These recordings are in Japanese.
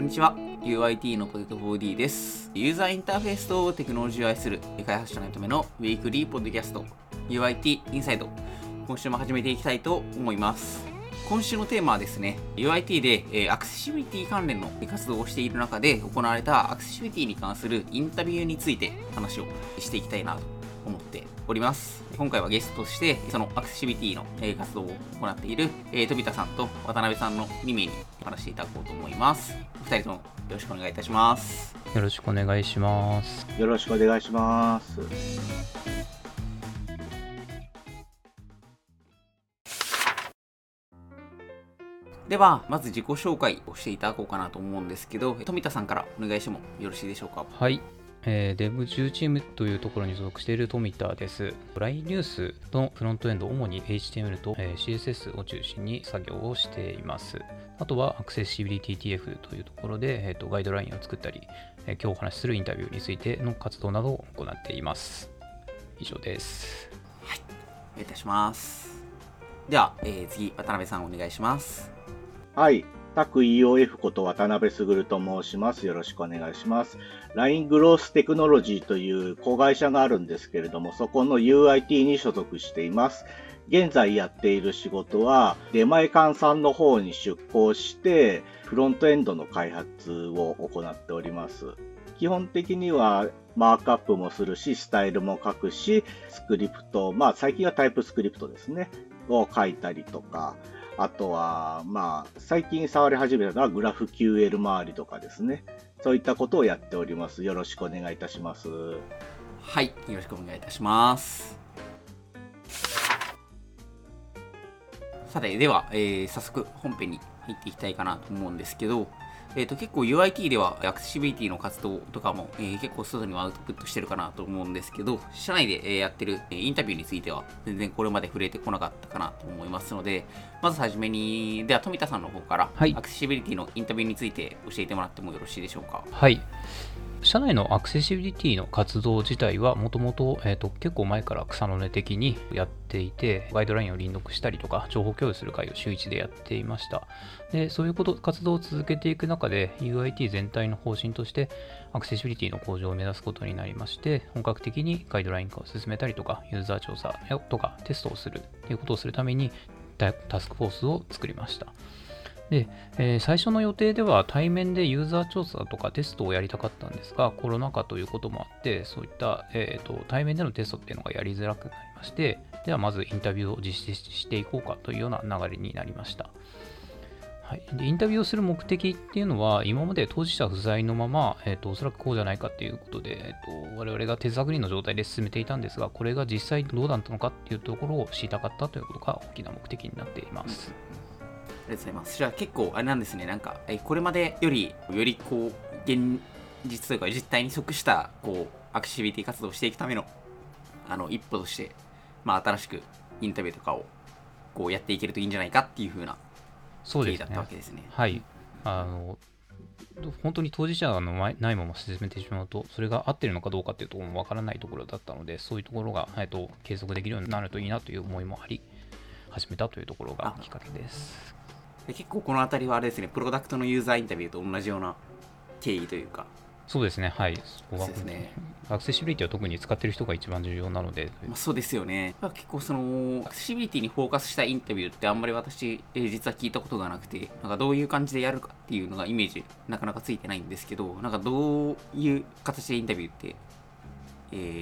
こんにちは。UIT のポテト 4D です。ユーザーインターフェースとテクノロジーを愛する開発者のためのウィークリーポッドキャスト UIT インサイド。今週も始めていきたいと思います。今週のテーマはですね、UIT でアクセシビリティ関連の活動をしている中で行われたアクセシビリティに関するインタビューについて話をしていきたいなと思っております。今回はゲストとしてそのアクセシビリティの活動を行っている飛田さんと渡辺さんの2名にお話していただこうと思います。お二人ともよろしくお願いいたします。 よろしくお願いします。 よろしくお願いします。 ではまず自己紹介をしていただこうかなと思うんですけど、富田さんからお願いしてもよろしいでしょうか。 はい、Dev10 チームというところに所属している富田です。LINE ニュースのフロントエンド、主に HTML と CSS を中心に作業をしています。あとはアクセシビリティ TF というところで、ガイドラインを作ったり、今日お話しするインタビューについての活動などを行っています。以上です。 はい、お願いいたします。では、次渡辺さんお願いします。 はい、タク EOF こと渡辺卓と申します。よろしくお願いします。LINE グローステクノロジーという子会社があるんですけれども、そこの UIT に所属しています。現在やっている仕事は、出前館さんの方に出向して、フロントエンドの開発を行っております。基本的にはマークアップもするし、スタイルも書くし、スクリプト、最近はタイプスクリプトですね、を書いたりとか、あとは、最近触り始めたのはグラフ QL 周りとかですね。そういったことをやっております。よろしくお願いいたします。 はい、よろしくお願いいたします。さて、では、早速本編に入っていきたいかなと思うんですけど、結構 UIT ではアクセシビリティの活動とかも、結構外にはアウトプットしてるかなと思うんですけど、社内で、やってる、インタビューについては全然これまで触れてこなかったかなと思いますので、まずはじめに、では富田さんの方から、 はい、 アクセシビリティのインタビューについて教えてもらってもよろしいでしょうか。 はい。社内のアクセシビリティの活動自体はもともと結構前から草の根的にやっていて、ガイドラインを輪読したりとか情報共有する会を週1でやっていました。で、そういう活動を続けていく中で UIT 全体の方針としてアクセシビリティの向上を目指すことになりまして、本格的にガイドライン化を進めたりとか、ユーザー調査とかテストをするということをするためにタスクフォースを作りました。で、最初の予定では対面でユーザー調査とかテストをやりたかったんですが、コロナ禍ということもあって、そういった、対面でのテストっていうのがやりづらくなりまして、ではまずインタビューを実施していこうかというような流れになりました。はい、でインタビューをする目的っていうのは、今まで当事者不在のまま、おそらくこうじゃないかということで、我々が手探りの状態で進めていたんですが、これが実際どうだったのかっていうところを知りたかったということが大きな目的になっています。 ありがとうございます。じゃあ結構あれなんですね、これまでよりこう現実というか実態に即したアクセシビリティ活動をしていくための一歩として、新しくインタビューとかをやっていけるといいんじゃないかっていう風な経緯だったわけですね。 はい。本当に当事者のないまま進めてしまうと、それが合ってるのかどうかっていうところもわからないところだったので、そういうところが、継続できるようになるといいなという思いもあり、始めたというところがきっかけです。 で結構このあたりはあれですね、プロダクトのユーザーインタビューと同じような経緯というか。 そうですね、はい。 そうですね。 アクセシビリティは特に使っている人が一番重要なので。 そうですよね。結構そのアクセシビリティにフォーカスしたインタビューってあんまり私、実は聞いたことがなくて、どういう感じでやるかっていうのがイメージなかなかついてないんですけど、どういう形でインタビューって、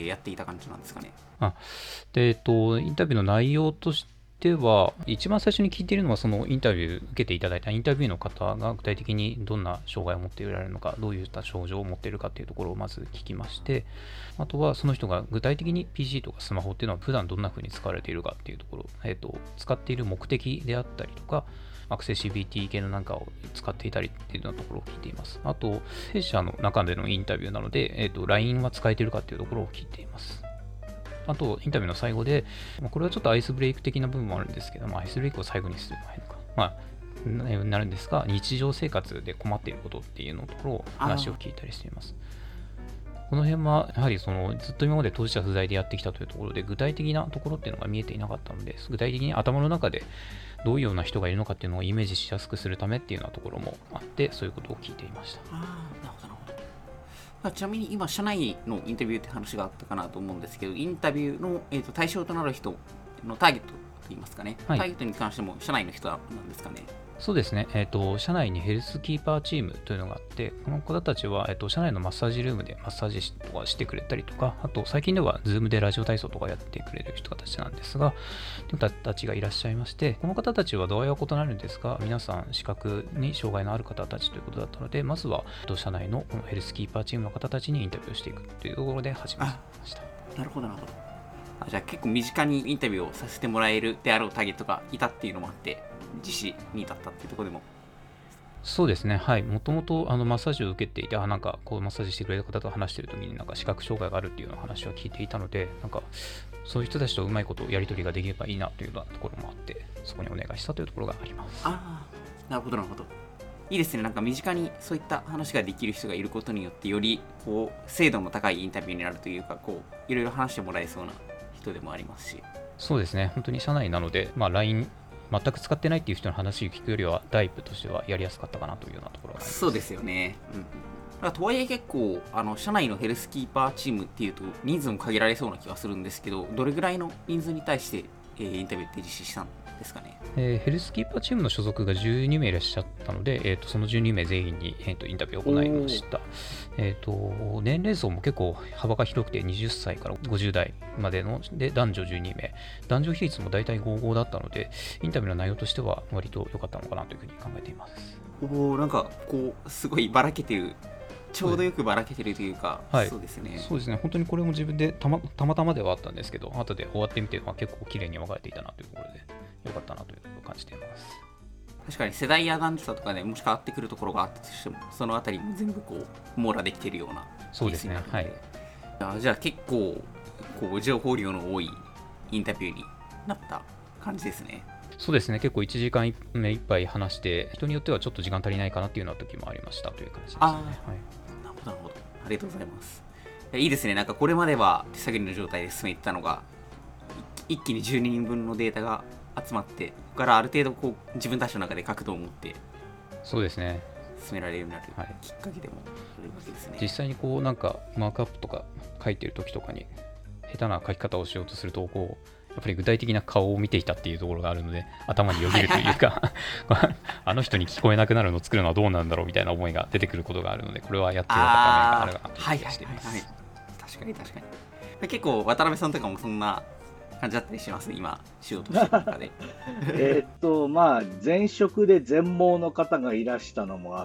やっていた感じなんですかね。 インタビューの内容としては、一番最初に聞いているのは、そのインタビュー受けていただいたインタビューの方が具体的にどんな障害を持っていられるのか、どういった症状を持っているかというところをまず聞きまして、あとはその人が具体的に PC とかスマホっていうのは普段どんな風に使われているかっていうところ、使っている目的であったりとか、アクセシビリティ系のなんかを使っていたりっていうようなところを聞いています。あと、弊社の中でのインタビューなので、LINE は使えているかっていうところを聞いています。あと、インタビューの最後で、これはちょっとアイスブレイク的な部分もあるんですけど、アイスブレイクを最後にするのが変か、なるんですが、日常生活で困っていることっていうのところを話を聞いたりしています。この辺は、やはりずっと今まで当事者不在でやってきたというところで、具体的なところっていうのが見えていなかったので、具体的に頭の中でどういうような人がいるのかっていうのをイメージしやすくするためっていうようなところもあって、そういうことを聞いていました。 なるほどなるほど。ちなみに今社内のインタビューって話があったかなと思うんですけど、インタビューの、対象となる人のターゲットといいますかね、ターゲットに関しても社内の人なんですかね。 そうですね、社内にヘルスキーパーチームというのがあって、この方たちは、社内のマッサージルームでマッサージとかしてくれたりとか、あと最近では Zoom でラジオ体操とかやってくれる人たちなんですが、という方たちがいらっしゃいまして、この方たちは度合いは異なるんですが、皆さん視覚に障害のある方たちということだったので、まずは社内のこのヘルスキーパーチームの方たちにインタビューをしていくというところで始めました。 なるほどなるほど。じゃあ結構身近にインタビューをさせてもらえるであろうターゲットがいたっていうのもあって、実施に至ったっていうところでも。 そうですね、はい。もともとマッサージを受けていて、なんかこうマッサージしてくれる方と話しているときに、なんか視覚障害があるっていうような話は聞いていたので、なんかそういう人たちとうまいことやり取りができればいいなというようなところもあって、そこにお願いしたというところがあります。 なるほどなるほど。いいですね。なんか身近にそういった話ができる人がいることによって、よりこう精度の高いインタビューになるというか、こういろいろ話してもらえそうな人でもありますし。 そうですね、本当に社内なので、LINE全く使ってないっていう人の話を聞くよりは、第一歩としてはやりやすかったかなというようなところがあります。 そうですよね。とはいえ結構社内のヘルスキーパーチームっていうと人数も限られそうな気がするんですけど、どれぐらいの人数に対して、インタビューって実施したんですかね。 ヘルスキーパーチームの所属が12名いらっしゃったので、その12名全員に、インタビューを行いました。年齢層も結構幅が広くて、20歳から50代までので男女12名、男女比率も大体55だったので、インタビューの内容としては割と良かったのかなというふうに考えています。 なんかこうすごいばらけてる、ちょうどよくばらけてるというか、 はい、 そうですね。 そうですね、本当にこれも自分でたまたまではあったんですけど、後で終わってみて、結構綺麗に分かれていたなというところで、良かったなということを感じています。 確かに世代や男女差とかでもし変わってくるところがあったとしても、そのあたりも全部こう網羅できているような。 そうですね、はい。 じゃあ結構こう情報量の多いインタビューになった感じですね。 そうですね、結構1時間目いっぱい話して、人によってはちょっと時間足りないかなっていうような時もありましたという感じですね。はい、 なるほど。ありがとうございます。いいですね。なんかこれまでは手探りの状態で進めてたのが、一気に12人分のデータが集まって、ここからある程度こう自分たちの中で角度を持ってそうですね進められるようになるきっかけでもあるわけですね。 実際にこうなんかマークアップとか書いてる時とかに下手な書き方をしようとすると、こうやっぱり具体的な顔を見ていたっていうところがあるので、頭によぎるというかあの人に聞こえなくなるのを作るのはどうなんだろうみたいな思いが出てくることがあるので、これはやってよかった面があるかなという気がしています。 確かに結構渡辺さんとかもそんな感じだったりします今仕事してる中で前職で全盲の方がいらしたのもあって、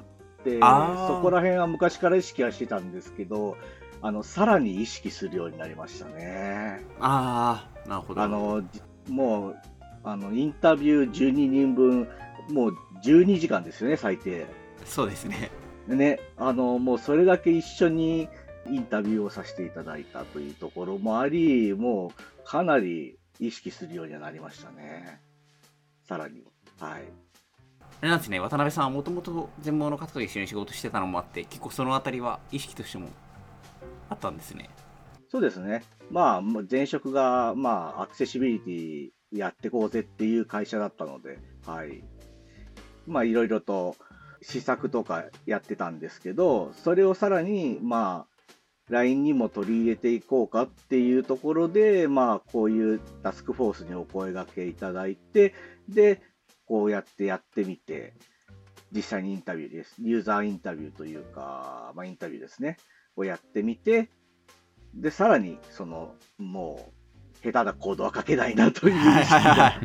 そこら辺は昔から意識はしてたんですけど、さらに意識するようになりましたね。 なるほど。 もうインタビュー12人分、もう12時間ですよね、最低。 そうですね。 もうそれだけ一緒にインタビューをさせていただいたというところもあり、もうかなり意識するようにはなりましたね。さらに。はい。 あれなんですね、渡辺さんはもともと全盲の方と一緒に仕事してたのもあって、結構そのあたりは意識としてもあったんですね。 そうですね。前職が、アクセシビリティやってこうぜっていう会社だったので、はい。いろいろと施策とかやってたんですけど、それをさらに、LINE にも取り入れていこうかっていうところで、こういうタスクフォースにお声掛けいただいて、で、こうやってみて、実際にインタビューです。ユーザーインタビューというか、インタビューですね。をやってみて、で、さらに、もう、下手なコードは書けないなという意識が、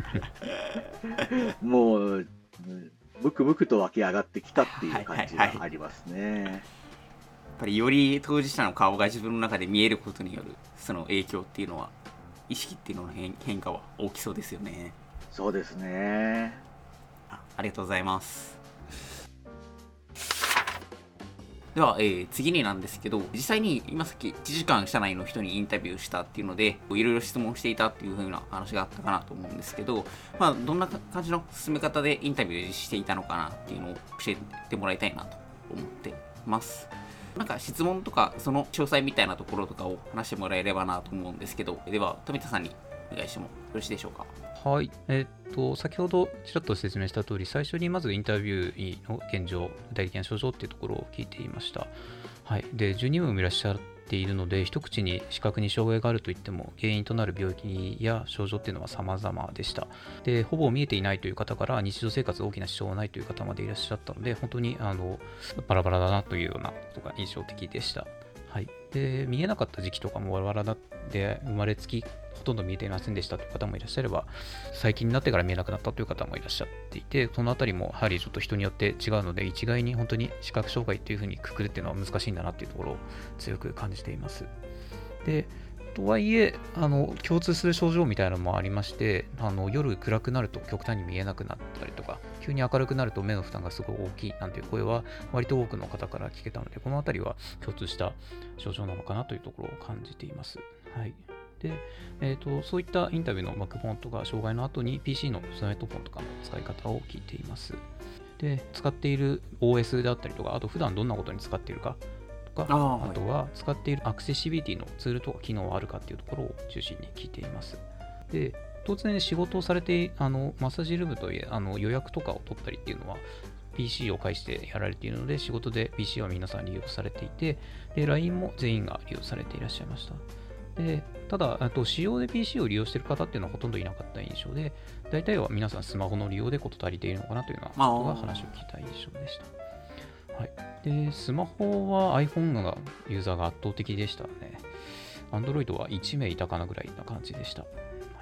もう、ムクムクと湧き上がってきたっていう感じがありますね。 やっぱりより当事者の顔が自分の中で見えることによるその影響っていうのは、意識っていうのの変化は大きそうですよね。 そうですね。 ありがとうございます。では、次になんですけど、実際に今さっき1時間社内の人にインタビューしたっていうので、いろいろ質問していたっていう風な話があったかなと思うんですけど、どんな感じの進め方でインタビューしていたのかなっていうのを教えてもらいたいなと思っています。なんか質問とかその詳細みたいなところとかを話してもらえればなと思うんですけど、では富田さんにお願いしてもよろしいでしょうか。 はい。先ほどちらっと説明した通り、最初にまずインタビューの現状、具体的な症状っていうところを聞いていました。はい。で、12名もいらっしゃっているので、一口に視覚に障害があるといっても、原因となる病気や症状っていうのは様々でした。で、ほぼ見えていないという方から、日常生活大きな支障がないという方までいらっしゃったので、本当にバラバラだなというようなことが印象的でした。はい。で、見えなかった時期とかもバラバラで、生まれつきほとんど見えていませんでしたという方もいらっしゃれば、最近になってから見えなくなったという方もいらっしゃっていて、そのあたりもやはりちょっと人によって違うので、一概に本当に視覚障害っていうふうにくくるっていうのは難しいんだなっていうところを強く感じています。で、とはいえ、共通する症状みたいなのもありまして、夜暗くなると極端に見えなくなったりとか、急に明るくなると目の負担がすごい大きいなんていう声は割と多くの方から聞けたので、このあたりは共通した症状なのかなというところを感じています。はい。で、そういったインタビューのバックボーンとか障害の後に PC のスマートフォンとかの使い方を聞いています。で、使っている OS であったりとか、あと普段どんなことに使っているかとか、あとは使っているアクセシビリティのツールとか機能はあるかっていうところを中心に聞いています。で、当然仕事をされて、マッサージルームといえ、予約とかを取ったりっていうのは、PC を介してやられているので、仕事で PC は皆さん利用されていて、で、LINE も全員が利用されていらっしゃいました。で、ただ、使用で PC を利用している方っていうのはほとんどいなかった印象で、大体は皆さんスマホの利用で事足りているのかなというようなことが話を聞いた印象でした。はい。で、スマホは iPhone のユーザーが圧倒的でしたね。Android は1名いたかなぐらいな感じでした。はい、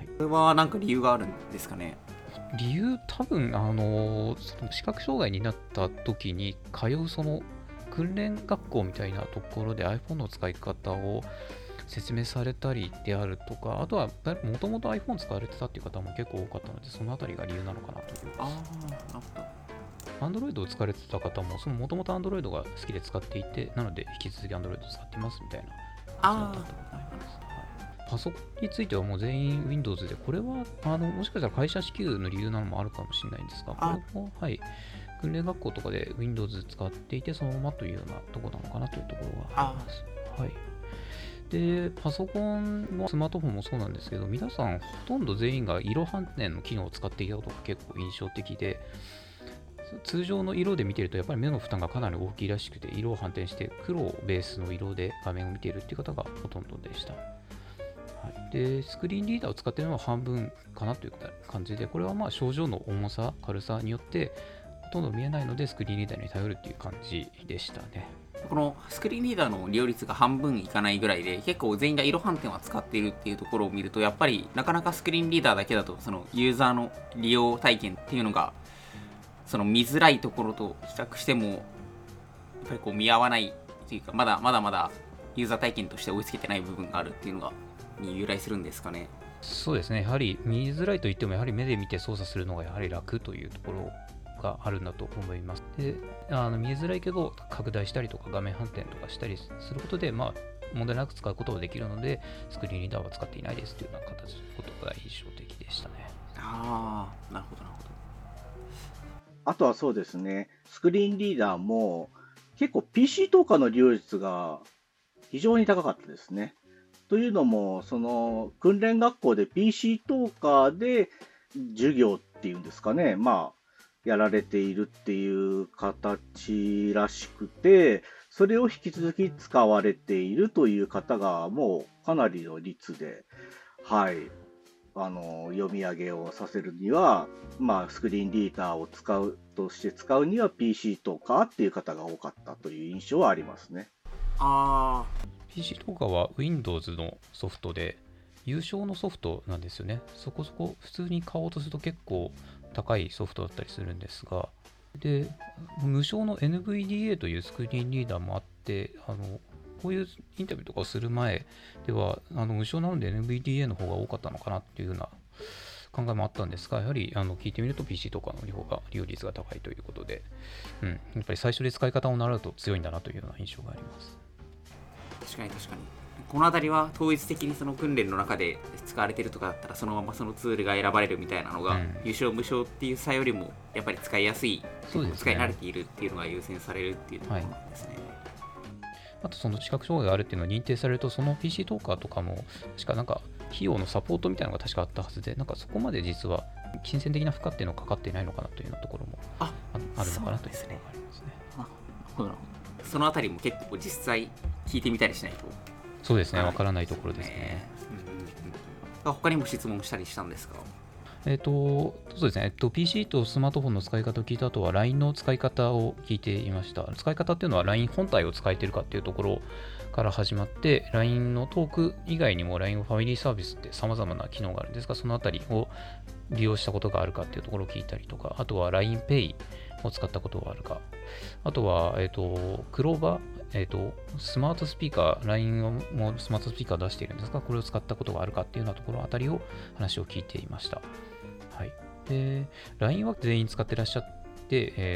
これは何か理由があるんですかね？ 理由、多分、その視覚障害になった時に通うその訓練学校みたいなところで iPhone の使い方を説明されたりであるとか、あとはもともと iPhone 使われてたっていう方も結構多かったので、そのあたりが理由なのかなという。 なるほど。 Android を使われてた方も、もともと Android が好きで使っていて、なので引き続き Android を使ってますみたいな感じだったと思います。パソコンについてはもう全員 Windows で、これはもしかしたら会社支給の理由なのもあるかもしれないんですが、これも、はい、訓練学校とかで Windows 使っていて、そのままというようなところなのかなというところがあります。はい。で、パソコンもスマートフォンもそうなんですけど、皆さんほとんど全員が色反転の機能を使っていたことが結構印象的で、通常の色で見てるとやっぱり目の負担がかなり大きいらしくて、色を反転して黒をベースの色で画面を見ているっていう方がほとんどでした。はい、で、スクリーンリーダーを使っているのは半分かなという感じで、これはまあ症状の重さ、軽さによってほとんど見えないので、スクリーンリーダーに頼るっていう感じでしたね。 このスクリーンリーダーの利用率が半分いかないぐらいで、結構全員が色反転は使っているっていうところを見ると、やっぱりなかなかスクリーンリーダーだけだと、そのユーザーの利用体験っていうのが、その見づらいところと比較しても、やっぱりこう見合わないというか、まだまだユーザー体験として追いつけてない部分があるっていうのが、に由来するんですかね。 そうですね。やはり見づらいといっても、やはり目で見て操作するのがやはり楽というところがあるんだと思います。で、見えづらいけど拡大したりとか画面反転とかしたりすることで、まあ、問題なく使うことができるので、スクリーンリーダーは使っていないですというような形のことが印象的でしたね。 なるほど。 あとはそうですね、スクリーンリーダーも結構 PC トーカーの利用率が非常に高かったですね。というのも、その訓練学校で PC トーカーで授業っていうんですかね、まあ、やられているっていう形らしくて、それを引き続き使われているという方がもうかなりの率で、はい、読み上げをさせるには、まあ、スクリーンリーダーを使うには PC トーカーっていう方が多かったという印象はありますね。 PC トーカーは Windows のソフトで、優勝のソフトなんですよね。そこそこ普通に買おうとすると結構高いソフトだったりするんですが、で、無償の NVDA というスクリーンリーダーもあって、こういうインタビューとかをする前では、無償なので NVDA の方が多かったのかなっていうような考えもあったんですが、やはり聞いてみると PC とかの方が利用率が高いということで、やっぱり最初で使い方を習うと強いんだなというような印象があります。 確かに。このあたりは統一的にその訓練の中で使われているとかだったら、そのままそのツールが選ばれるみたいなのが、有償無償っていう差よりもやっぱり使いやすい、 そうですね、 使い慣れているっていうのが優先されるっていうところなんですね。 あとその視覚障害があるっていうのを認定されると、その PC トーカーとかも確かなんか費用のサポートみたいなのが確かあったはずで、なんかそこまで実は金銭的な負荷っていうのはかかっていないのかなというようなところもあるのかなというところがありますね。 なるほど。そのあたりも結構実際聞いてみたりしないと。 そうですね、わからないところですね。 他にも質問したりしたんですか？ そうですね、PC とスマートフォンの使い方を聞いた後は LINE の使い方を聞いていました。使い方っていうのは LINE 本体を使えているかっていうところから始まって、LINE のトーク以外にも LINE ファミリーサービスって様々な機能があるんですが、そのあたりを利用したことがあるかっていうところを聞いたりとか、あとは LINEPay を使ったことがあるか、あとは、クローバー、スマートスピーカー、LINE もスマートスピーカーを出しているんですが、これを使ったことがあるかっていうようなところあたりを話を聞いていました。はい。で、LINE は全員使ってらっしゃって、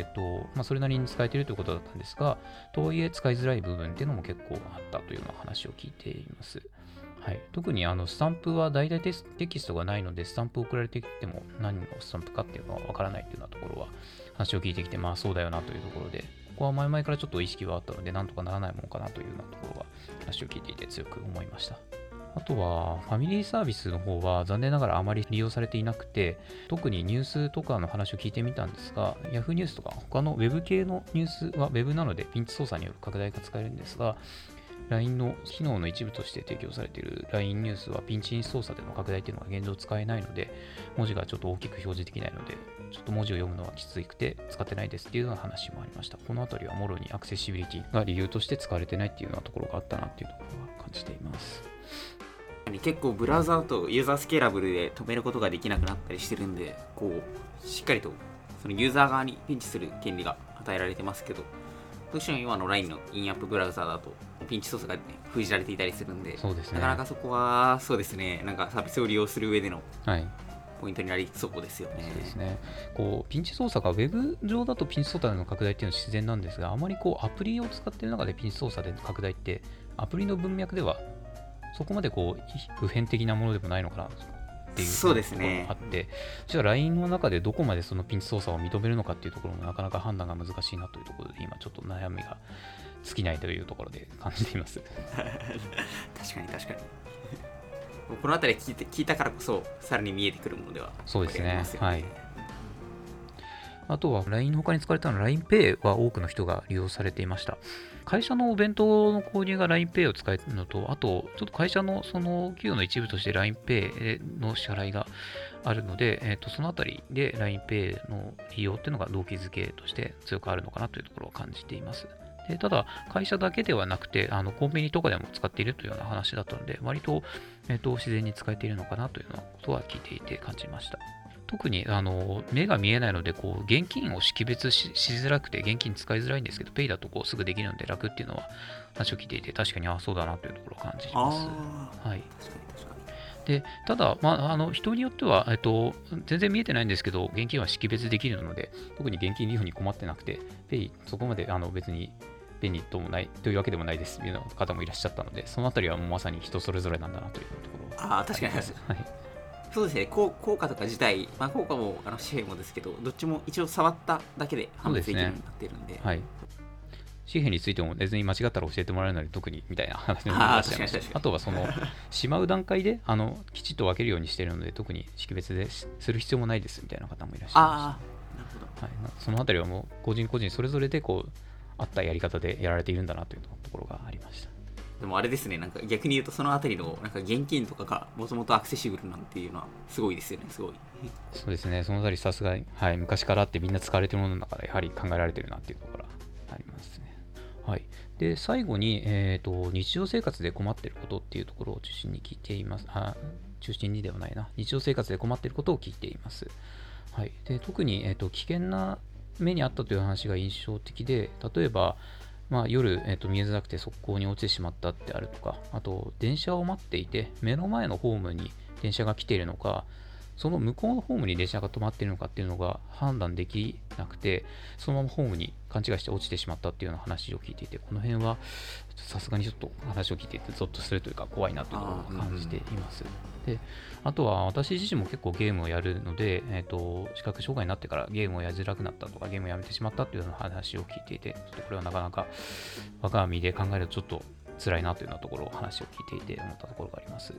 それなりに使えているということだったんですが、とはいえ使いづらい部分っていうのも結構あったというような話を聞いています。はい、特にスタンプは大々テキストがないので、スタンプ送られてきても何のスタンプかっていうのはわからないというようなところは話を聞いてきて、まあそうだよなというところで、ここは前々からちょっと意識はあったので、なんとかならないものかなというようなところは話を聞いていて強く思いました。あとは、ファミリーサービスの方は残念ながらあまり利用されていなくて、特にニュースとかの話を聞いてみたんですが、Yahoo ニュースとか他の Web 系のニュースは Web なのでピンチ操作による拡大が使えるんですが、LINE の機能の一部として提供されている LINE ニュースはピンチ操作での拡大というのが現状使えないので、文字がちょっと大きく表示できないので、ちょっと文字を読むのはきつくて使ってないですっていうような話もありました。このあたりはもろにアクセシビリティが理由として使われてないっていうようなところがあったなっていうところは感じています。 結構ブラウザだとユーザースケーラブルで止めることができなくなったりしてるんで、こうしっかりとそのユーザー側にピンチする権利が与えられてますけど、どうしても今の LINE のインアップブラウザだとピンチ操作が、封じられていたりするんで、 そうですね、 なかなかそこはそうですね、なんかサービスを利用する上でのポイントになりそうですよね。 そうですね。こうピンチ操作が Web 上だとピンチ操作の拡大っていうのは自然なんですが、あまりこうアプリを使っている中でピンチ操作で拡大ってアプリの文脈ではそこまでこう普遍的なものでもないのかなっていうところがあって、じゃあ LINE の中でどこまでそのピンチ操作を認めるのかっていうところもなかなか判断が難しいなというところで、今ちょっと悩みが尽きないというところで感じています。 確かに確かに。このあたり聞いたからこそさらに見えてくるものでは、 そうですね。はい。あとは LINE の他に使われたのは LINEPay は多くの人が利用されていました。会社のお弁当の購入が LINEPay を使えるのと、あとちょっと会社のその給与の一部として LINEPay の支払いがあるので、そのあたりで LINEPay の利用っていうのが動機づけとして強くあるのかなというところを感じています。でただ、会社だけではなくて、コンビニとかでも使っているというような話だったので、割と、自然に使えているのかなというようなことは聞いていて感じました。特に目が見えないのでこう現金を識別 しづらくて現金使いづらいんですけど、ペイだとこうすぐできるので楽っていうのは話を聞いていて、確かにそうだなというところを感じます。はい、でただ、人によっては、全然見えてないんですけど、現金は識別できるので、特に現金利用に困ってなくて、ペイそこまで別に便利ともないというわけでもないですというような方もいらっしゃったので、そのあたりはもうまさに人それぞれなんだなというところを。 確かに、はい、そうですね、効果とか自体、効果も紙幣もですけど、どっちも一応触っただけで判別できるようになっているんで、 はい、紙幣についても別に間違ったら教えてもらえるので特にみたいな話もいらっしゃいました。あとはそのしまう段階できちっと分けるようにしているので、特に識別でする必要もないですみたいな方もいらっしゃいました。 なるほど。 はい、そのあたりはもう個人個人それぞれでこうあったやり方でやられているんだなというところがありました。 でもあれですね、なんか逆に言うとそのあたりのなんか現金とかがもともとアクセシブルなんていうのはすごいですよね。すごい。 そうですね、そのあたりさすがに、はい、昔からあってみんな使われているものだからやはり考えられているなっていうところがありますね。はい、で最後に、日常生活で困っていることっていうところを中心に聞いています。中心にではないな。日常生活で困っていることを聞いています。はい、で特に、危険な目にあったという話が印象的で、例えば夜、見えづらくて側溝に落ちてしまったってあるとか、あと電車を待っていて目の前のホームに電車が来ているのか、その向こうのホームに電車が止まっているのかっていうのが判断できなくて、そのままホームに勘違いして落ちてしまったっていうような話を聞いていて、この辺はさすがにちょっと話を聞いていてゾッとするというか怖いなというところを感じています。であとは私自身も結構ゲームをやるので、視覚障害になってからゲームをやりづらくなったとかゲームをやめてしまったというような話を聞いていて、ちょっとこれはなかなか我が身で考えるとちょっと辛いなというようなところを話を聞いていて思ったところがあります。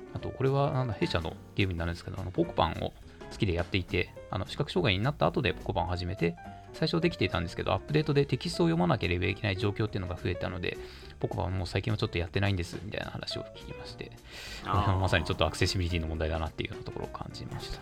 あとこれは弊社のゲームになるんですけど、ポコパンを好きでやっていて、視覚障害になった後でポコパンを始めて、最初できていたんですけど、アップデートでテキストを読まなければいけない状況っていうのが増えたので、ポコパンもう最近はちょっとやってないんですみたいな話を聞きまして、これはまさにちょっとアクセシビリティの問題だなっていうようなところを感じました。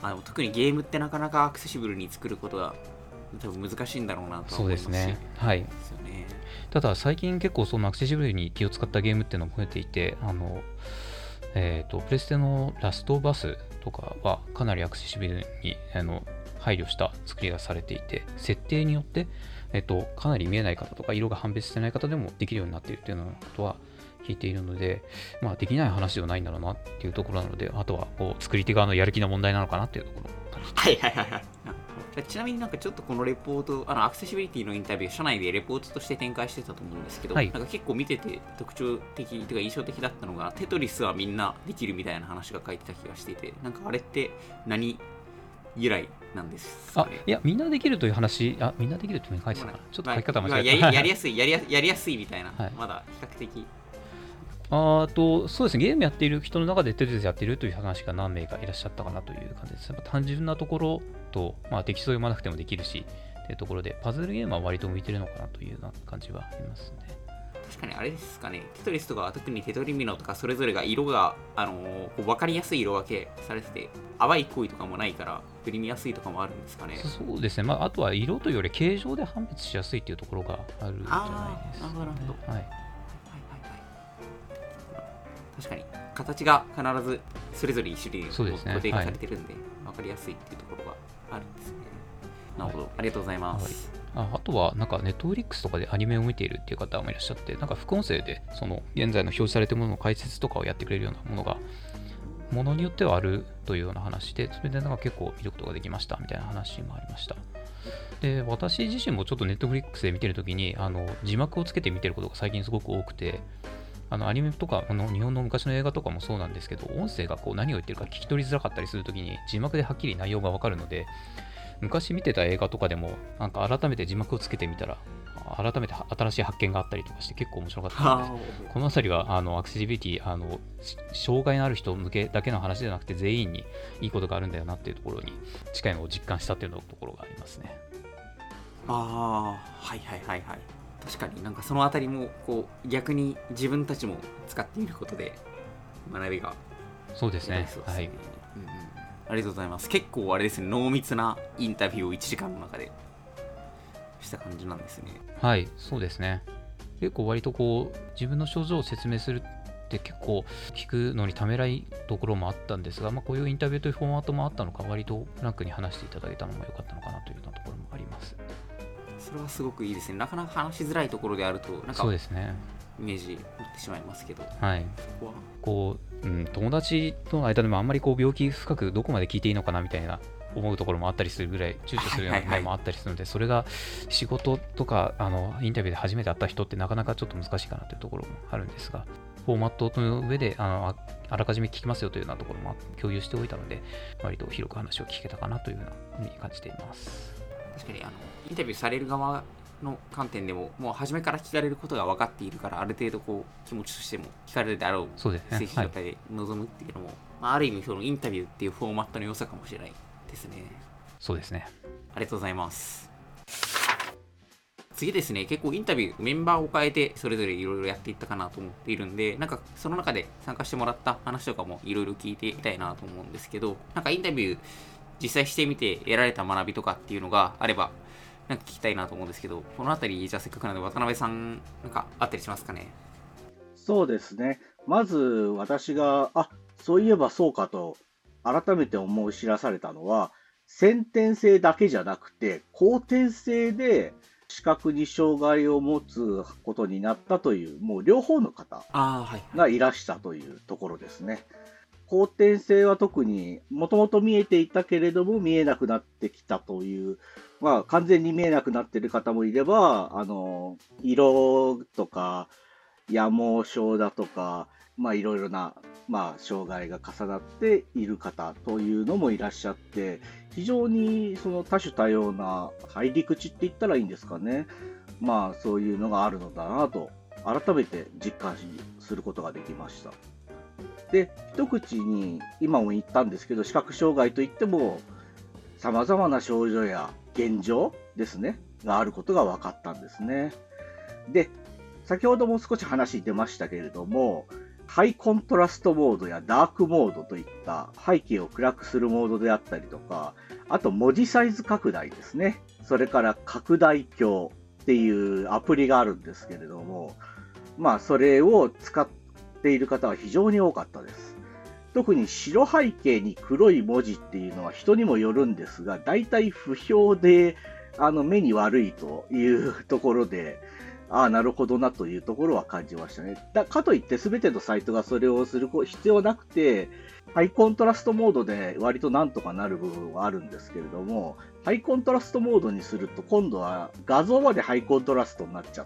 でも特にゲームってなかなかアクセシブルに作ることが多分難しいんだろうなと思いますし。 そうですね。はい。 ですよね。 ただ最近結構そのアクセシブルに気を使ったゲームっていうのも増えていて、プレステのラストバスとかはかなりアクセシブルに配慮した作りがされていて、設定によって、かなり見えない方とか色が判別してない方でもできるようになっているというようなことは聞いているので、できない話ではないんだろうなっていうところなので、あとは作り手側のやる気の問題なのかなっていうところを感じて。 はい。ちなみになんかちょっとこのレポート、アクセシビリティのインタビュー、社内でレポートとして展開してたと思うんですけど、なんか結構見てて特徴的というか印象的だったのが、テトリスはみんなできるみたいな話が書いてた気がしていて、なんかあれって何由来なんですかね。 いや、みんなできるという話、みんなできるというふうに書いてたかな。ちょっと書き方間違えた。 やりやすいみたいな、まだ比較的。 そうですね、ゲームやっている人の中でテトリスやっているという話が何名かいらっしゃったかなという感じです。単純なところと、テキストを読まなくてもできるしというところで、パズルゲームは割と向いてるのかなというような感じはありますね。 確かにあれですかね、テトリスとか特にテトリミノとかそれぞれが色が、分かりやすい色分けされてて、淡い濃いとかもないから振り見やすいとかもあるんですかね。 そうですね、あとは色というより形状で判別しやすいっていうところがあるんじゃないですか、ね。 なるほど。 はい。 確かに形が必ずそれぞれ一種類固定化されてるんで、分かりやすいっていうところがあるんですね。なるほど、ありがとうございます。 あとは、なんか、ネットフリックスとかでアニメを見ているっていう方もいらっしゃって、なんか副音声で、その、現在の表示されているものの解説とかをやってくれるようなものが、ものによってはあるというような話で、それでなんか結構見ることができましたみたいな話もありました。で、私自身もちょっとネットフリックスで見てるときに、字幕をつけて見てることが最近すごく多くて、アニメとか日本の昔の映画とかもそうなんですけど、音声が何を言ってるか聞き取りづらかったりするときに字幕ではっきり内容がわかるので、昔見てた映画とかでもなんか改めて字幕をつけてみたら改めて新しい発見があったりとかして結構面白かったので、この辺りはアクセシビリティ障害のある人向けだけの話じゃなくて全員にいいことがあるんだよなっていうところに近いのを実感したっていうところがありますね。 はい確かになんかそのあたりも逆に自分たちも使ってみることで学びがそうですね。はい、 ありがとうございます。結構あれですね、濃密なインタビューを1時間の中でした感じなんですね。 はい、そうですね。結構割と自分の症状を説明するって結構聞くのにためらいところもあったんですが、こういうインタビューというフォーマットもあったのか、割とフランクに話していただいたのも良かったのかなというようなところもあります。 それはすごくいいですね。なかなか話しづらいところであると、なんかそうですね、 イメージ持ってしまいますけど、 はい、友達との間でもあんまり病気深くどこまで聞いていいのかなみたいな思うところもあったりするぐらい躊躇するような面もあったりするので、それが仕事とかインタビューで初めて会った人ってなかなかちょっと難しいかなというところもあるんですが、フォーマットの上であらかじめ聞きますよというようなところも共有しておいたので、割と広く話を聞けたかなというようなふうに感じています。 確かにインタビューされる側の観点でも、もう初めから聞かれることが分かっているから、ある程度気持ちとしても聞かれるであろう精神状態で臨むっていうのも、ある意味そのインタビューっていうフォーマットの良さかもしれないですね。 そうですね。 ありがとうございます。次ですね、結構インタビューメンバーを変えてそれぞれいろいろやっていったかなと思っているんで、なんかその中で参加してもらった話とかもいろいろ聞いていきたいなと思うんですけど、なんかインタビュー実際してみて得られた学びとかっていうのがあればなんか聞きたいなと思うんですけど、このあたりじゃあせっかくなので渡辺さんなんかあったりしますかね。 そうですね。まず私がそういえばそうかと改めて思い知らされたのは、先天性だけじゃなくて後天性で視覚に障害を持つことになったという、もう両方の方がいらしたというところですね。後天性は特にもともと見えていたけれども見えなくなってきたという、完全に見えなくなっている方もいれば、色とか夜盲症だとか、いろいろな、障害が重なっている方というのもいらっしゃって、非常にその多種多様な入り口って言ったらいいんですかね。そういうのがあるのだなと改めて実感することができました。 で、一口に今も言ったんですけど、視覚障害といっても、様々な症状や現状ですね、があることが分かったんですね。で、先ほども少し話出ましたけれども、ハイコントラストモードやダークモードといった背景を暗くするモードであったりとか、あと文字サイズ拡大ですね。それから拡大鏡っていうアプリがあるんですけれども、それを使っている方は非常に多かったです。特に白背景に黒い文字っていうのは人にもよるんですが、大体不評で目に悪いというところで、なるほどなというところは感じましたね。かといって全てのサイトがそれをする必要なくて、ハイコントラストモードで割となんとかなる部分はあるんですけれども、ハイコントラストモードにすると今度は画像までハイコントラストになっちゃって、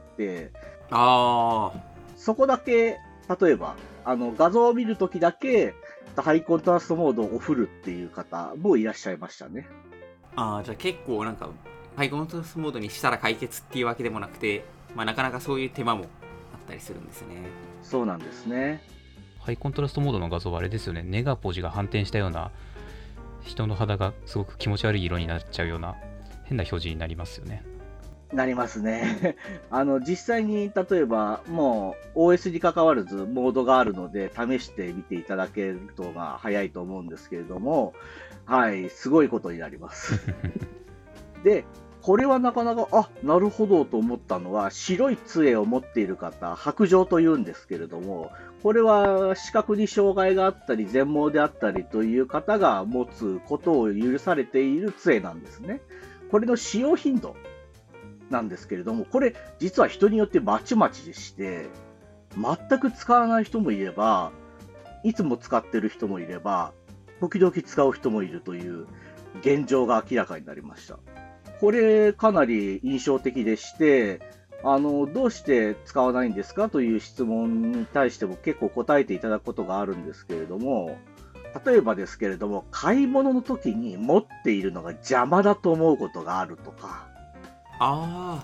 そこだけ、例えば画像を見るときだけハイコントラストモードを振るっていう方もいらっしゃいましたね。 じゃあ結構なんかハイコントラストモードにしたら解決っていうわけでもなくて、なかなかそういう手間もあったりするんですね。 そうなんですね。 ハイコントラストモードの画像はあれですよね、ネガポジが反転したような、人の肌がすごく気持ち悪い色になっちゃうような変な表示になりますよね。 なりますね。実際に例えばもう OS に関わらずモードがあるので試してみていただけるとが早いと思うんですけれども、はい、すごいことになります。で、これはなかなか、なるほどと思ったのは、白い杖を持っている方、白杖というんですけれども、これは視覚に障害があったり、全盲であったりという方が持つことを許されている杖なんですね。これの使用頻度なんですけれども、これ実は人によってまちまちでして、全く使わない人もいれば、いつも使ってる人もいれば、時々使う人もいるという現状が明らかになりました。これかなり印象的でして、どうして使わないんですかという質問に対しても結構答えていただくことがあるんですけれども、例えばですけれども、買い物の時に持っているのが邪魔だと思うことがあるとか、はい。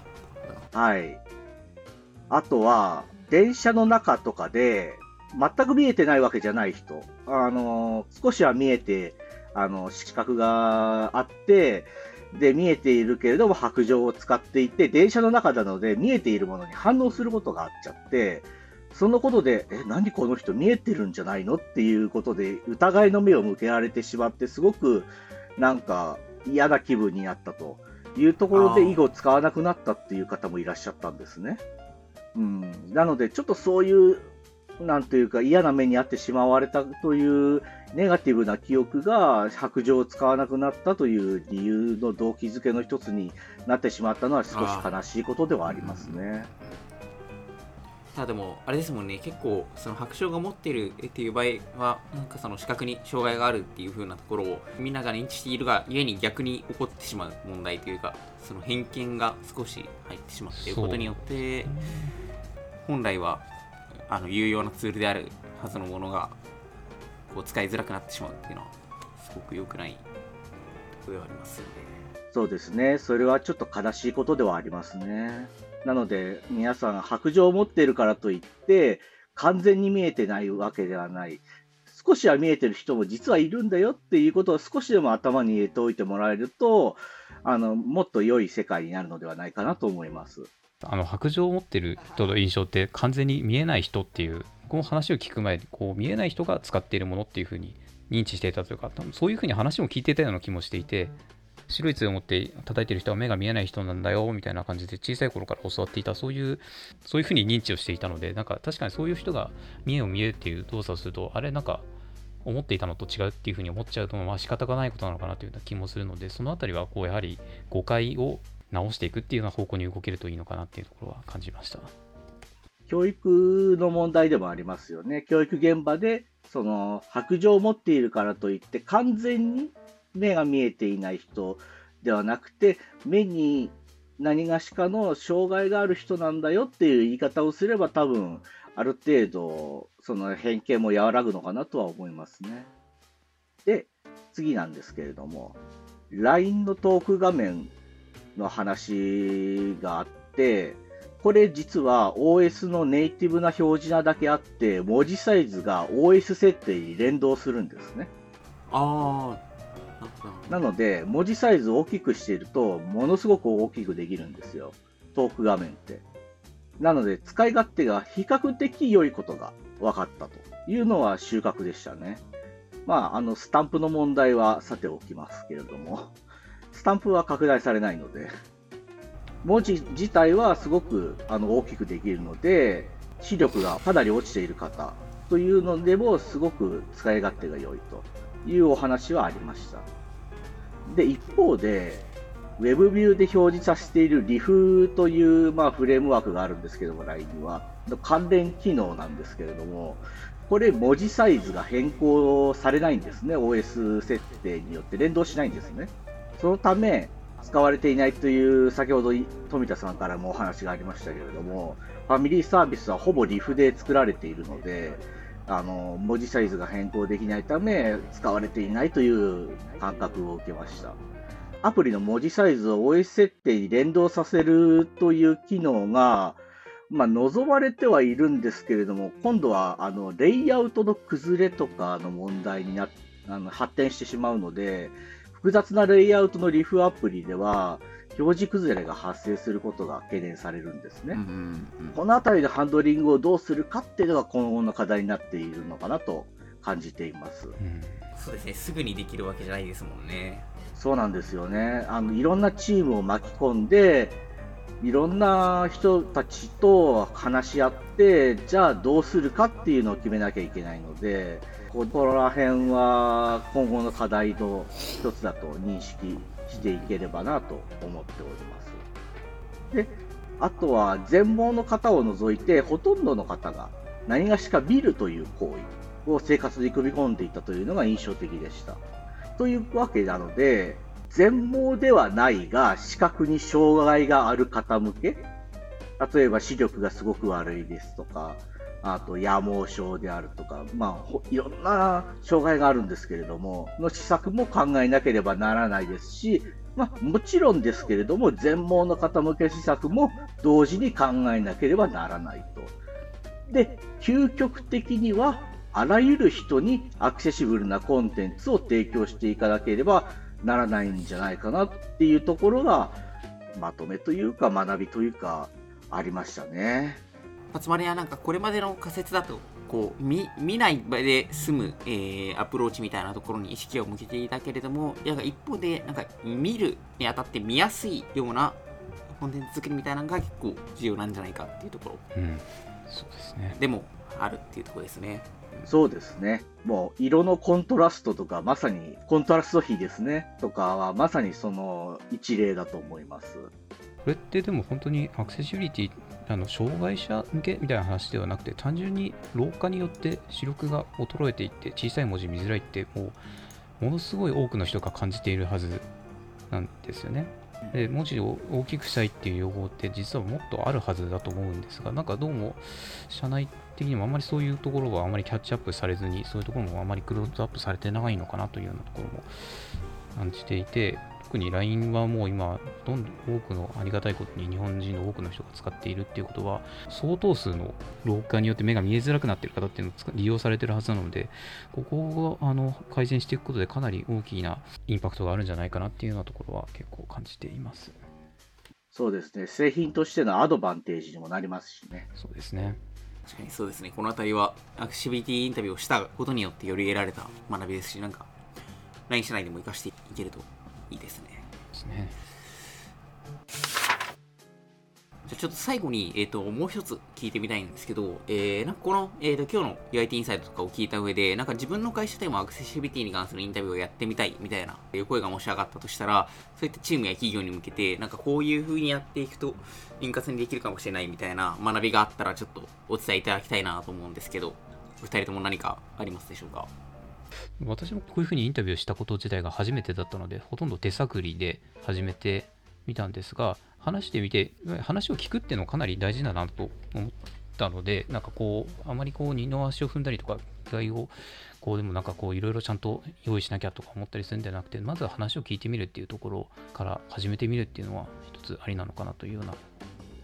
あとは、電車の中とかで、全く見えてないわけじゃない人、少しは見えて、視覚があって、で、見えているけれども白杖を使っていて、電車の中なので見えているものに反応することがあっちゃって、そのことで、何この人見えてるんじゃないのっていうことで疑いの目を向けられてしまって、すごくなんか嫌な気分になったというところで以後使わなくなったっていう方もいらっしゃったんですね。なので、ちょっとそういう、なんというか嫌な目に遭ってしまわれたというネガティブな記憶が白杖を使わなくなったという理由の動機づけの一つになってしまったのは少し悲しいことではありますね。 でもあれですもんね、結構その白杖が持っているっていう場合はなんかその視覚に障害があるっていう風なところをみんなが認知しているがゆえに逆に起こってしまう問題というか、その偏見が少し入ってしまっていることによって本来は有用なツールであるはずのものがこう使いづらくなってしまうっていうのはすごく良くないところではありますよね。 そうですね。それはちょっと悲しいことではありますね。なので皆さん白杖を持っているからといって完全に見えてないわけではない。少しは見えてる人も実はいるんだよっていうことを少しでも頭に入れておいてもらえると、もっと良い世界になるのではないかなと思います。 白杖を持ってる人の印象って完全に見えない人っていう、この話を聞く前に見えない人が使っているものっていう風に認知していたというか、多分そういう風に話も聞いていたような気もしていて、白い杖を持って叩いてる人は目が見えない人なんだよみたいな感じで小さい頃から教わっていた、そういう風に認知をしていたので、なんか確かにそういう人が見えるっていう動作をすると、あれなんか思っていたのと違うっていう風に思っちゃうと仕方がないことなのかなというような気もするので、そのあたりはやはり誤解を直していくっていうような方向に動けるといいのかなっていうところは感じました。 教育の問題でもありますよね。教育現場でその白杖を持っているからといって完全に目が見えていない人ではなくて、目に何がしかの障害がある人なんだよっていう言い方をすれば、多分ある程度その偏見も和らぐのかなとは思いますね。で、次なんですけれども、LINE のトーク画面の話があって、 これ実は OS のネイティブな表示なだけあって、文字サイズが OS 設定に連動するんですね。 ああ、 なので、文字サイズを大きくしていると、ものすごく大きくできるんですよ。トーク画面って。なので、使い勝手が比較的良いことが分かったというのは収穫でしたね。スタンプの問題はさておきますけれども、スタンプは拡大されないので、文字自体はすごく大きくできるので、視力がかなり落ちている方というのでもすごく使い勝手が良いというお話はありました。で、一方で、ウェブビューで表示させているリフという、フレームワークがあるんですけども、LINE には関連機能なんですけれども、これ文字サイズが変更されないんですね。OS 設定によって連動しないんですね。そのため、使われていないという先ほど富田さんからもお話がありましたけれども、ファミリーサービスはほぼリフで作られているので、文字サイズが変更できないため使われていないという感覚を受けました。アプリの文字サイズを OS 設定に連動させるという機能が、望まれてはいるんですけれども、今度はレイアウトの崩れとかの問題に発展してしまうので、複雑なレイアウトのリフアプリでは表示崩れが発生することが懸念されるんですね。このあたりのハンドリングをどうするかっていうのが今後の課題になっているのかなと感じています。 そうですね、すぐにできるわけじゃないですもんね。 そうなんですよね。いろんなチームを巻き込んで、いろんな人たちと話し合って、じゃあどうするかっていうのを決めなきゃいけないので、ここら辺は今後の課題の一つだと認識していければなと思っております。で、あとは全盲の方を除いて、ほとんどの方が何がしか見るという行為を生活に組み込んでいたというのが印象的でした。というわけなので、全盲ではないが視覚に障害がある方向け、例えば視力がすごく悪いですとか、あと夜盲症であるとか、いろんな障害があるんですけれども、の施策も考えなければならないですし、もちろんですけれども、全盲の方向け施策も同時に考えなければならないと。で、究極的には、あらゆる人にアクセシブルなコンテンツを提供していかなければならないんじゃないかなっていうところが、まとめというか学びというかありましたね。 つまりはこれまでの仮説だと見ない場で済む、アプローチみたいなところに意識を向けていたけれども、一方で見るにあたって見やすいようなコンテンツ作りみたいなのが結構重要なんじゃないかっていうところ、 そうですね。 でもあるっていうところですね。 そうですね。もう色のコントラストとか、まさにコントラスト比ですねとかはまさにその一例だと思います。 これってでも本当にアクセシビリティ障害者向けみたいな話ではなくて、単純に老化によって視力が衰えていって小さい文字見づらいってものすごい多くの人が感じているはずなんですよね。で、文字を大きくしたいっていう要望って実はもっとあるはずだと思うんですが、どうも社内的にもあまりそういうところはあまりキャッチアップされずに、そういうところもあまりクローズアップされてないのかなというようなところも感じていて、特に LINE はもう今どんどん多くのありがたいことに日本人の多くの人が使っているっていうことは、相当数の老化によって目が見えづらくなっている方っていうのを利用されているはずなので、ここを改善していくことでかなり大きなインパクトがあるんじゃないかなっていうようなところは結構感じています。 そうですね。製品としてのアドバンテージにもなりますしね。 そうですね。 確かにそうですね。このあたりはアクセシビリティインタビューをしたことによってより得られた学びですし、LINE 社内でも活かしていけるといいですね。 ですね。 じゃあちょっと最後に、もう一つ聞いてみたいんですけど、この、今日の UIT インサイドとかを聞いた上で、自分の会社でもアクセシビリティに関するインタビューをやってみたいみたいな声がもし上がったとしたら、そういったチームや企業に向けて、こういう風にやっていくと円滑にできるかもしれないみたいな学びがあったら、ちょっとお伝えいただきたいなと思うんですけど、お二人とも何かありますでしょうか？ 私もこういうふうにインタビューしたこと自体が初めてだったので、ほとんど手探りで始めてみたんですが、話してみて、話を聞くっていうのはかなり大事だなと思ったので、あまり二の足を踏んだりとか、気概をでもいろいろちゃんと用意しなきゃとか思ったりするんじゃなくて、まずは話を聞いてみるっていうところから始めてみるっていうのは一つありなのかなというような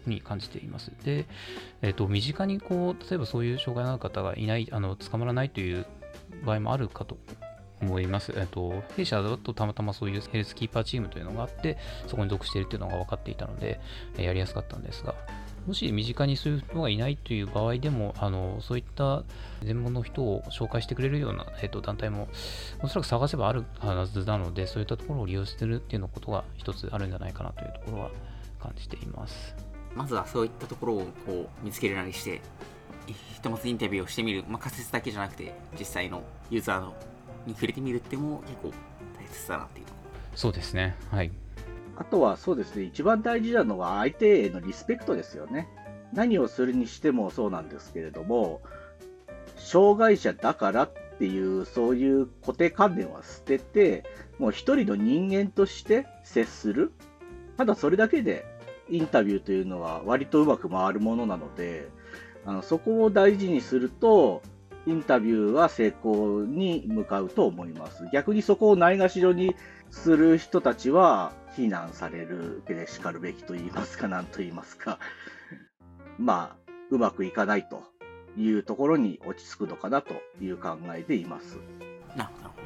ふうに感じています。で、身近にこう例えばそういう障害のある方がいない、捕まらないという場合もあるかと思います。弊社だとたまたまそういうヘルスキーパーチームというのがあって、そこに属しているというのが分かっていたので、やりやすかったんですが、もし身近にそういう人がいないという場合でも、そういった専門の人を紹介してくれるような、団体もおそらく探せばあるはずなので、そういったところを利用しているっていうのことが一つあるんじゃないかなというところは感じています。 まずはそういったところをこう見つけるなりして、ひとまずインタビューをしてみる、仮説だけじゃなくて、実際のユーザーに触れてみるっていうのも結構大切だなっていうところ。 そうですね。はい。 あとはそうですね、一番大事なのは相手へのリスペクトですよね。何をするにしてもそうなんですけれども、障害者だからっていうそういう固定観念は捨てて、もう一人の人間として接する。ただそれだけでインタビューというのは割とうまく回るものなので、そこを大事にすると、インタビューは成功に向かうと思います。逆にそこをないがしろにする人たちは非難されるべしかるべきと言いますか、なんと言いますか、うまくいかないというところに落ち着くのかなという考えでいます。 なるほど。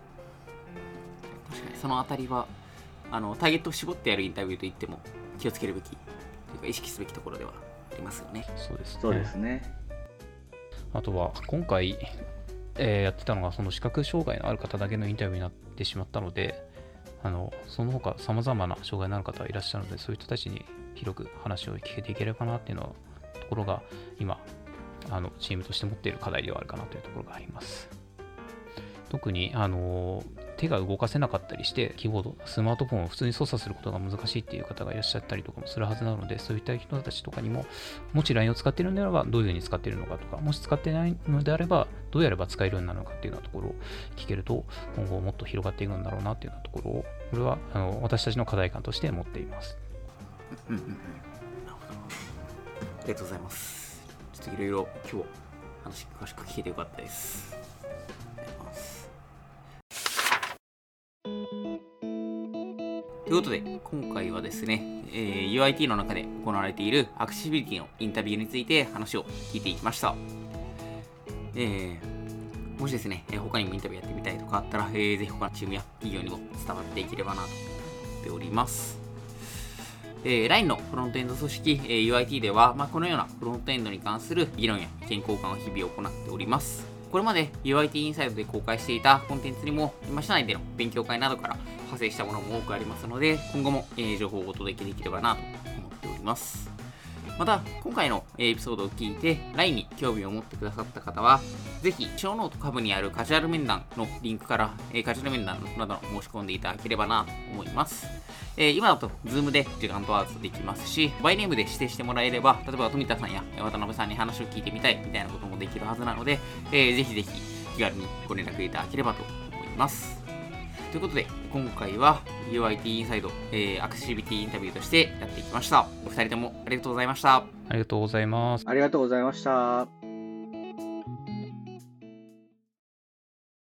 確かにそのあたりはターゲットを絞ってやるインタビューといっても気をつけるべきというか意識すべきところではありますよね。 そうですね。 あとは今回、やってたのがその視覚障害のある方だけのインタビューになってしまったので、その他さまざまな障害のある方がいらっしゃるので、そういう人たちに広く話を聞けていければなっていうところが今チームとして持っている課題ではあるかなというところがあります。特に手が動かせなかったりしてキーボード、スマートフォンを普通に操作することが難しいっていう方がいらっしゃったりとかもするはずなので、そういった人たちとかにも、もし LINE を使っているのであればどういうふうに使っているのかとか、もし使っていないのであればどうやれば使えるようになるのかっていうようなところを聞けると、今後もっと広がっていくんだろうなっていうようなところを、これは私たちの課題感として持っています。 なるほど。ありがとうございます。ちょっといろいろ今日話詳しく聞けてよかったです。ということで、今回はですね、UIT の中で行われているアクセシビリティのインタビューについて話を聞いていきました。もしですね、他にもインタビューやってみたいとかあったら、ぜひ他のチームや企業にも伝わっていければなと思っております。LINE のフロントエンド組織、UIT では、このようなフロントエンドに関する議論や意見交換を日々行っております。これまで UIT インサイドで公開していたコンテンツにも、社内での勉強会などから派生したものも多くありますので、今後も、情報をお届けできればなと思っております。また、今回のエピソードを聞いて LINE に興味を持ってくださった方は、ぜひ、ショーノート下部にあるカジュアル面談のリンクから、カジュアル面談など申し込んでいただければなと思います。今だと Zoom で時間と合わせできますし、バイネームで指定してもらえれば、例えば富田さんや渡辺さんに話を聞いてみたいみたいなこともできるはずなので、ぜひぜひ気軽にご連絡いただければと思います。ということで、今回は UIT インサイド、アクセシビティインタビューとしてやっていきました。お二人ともありがとうございました。 ありがとうございます。 ありがとうございました。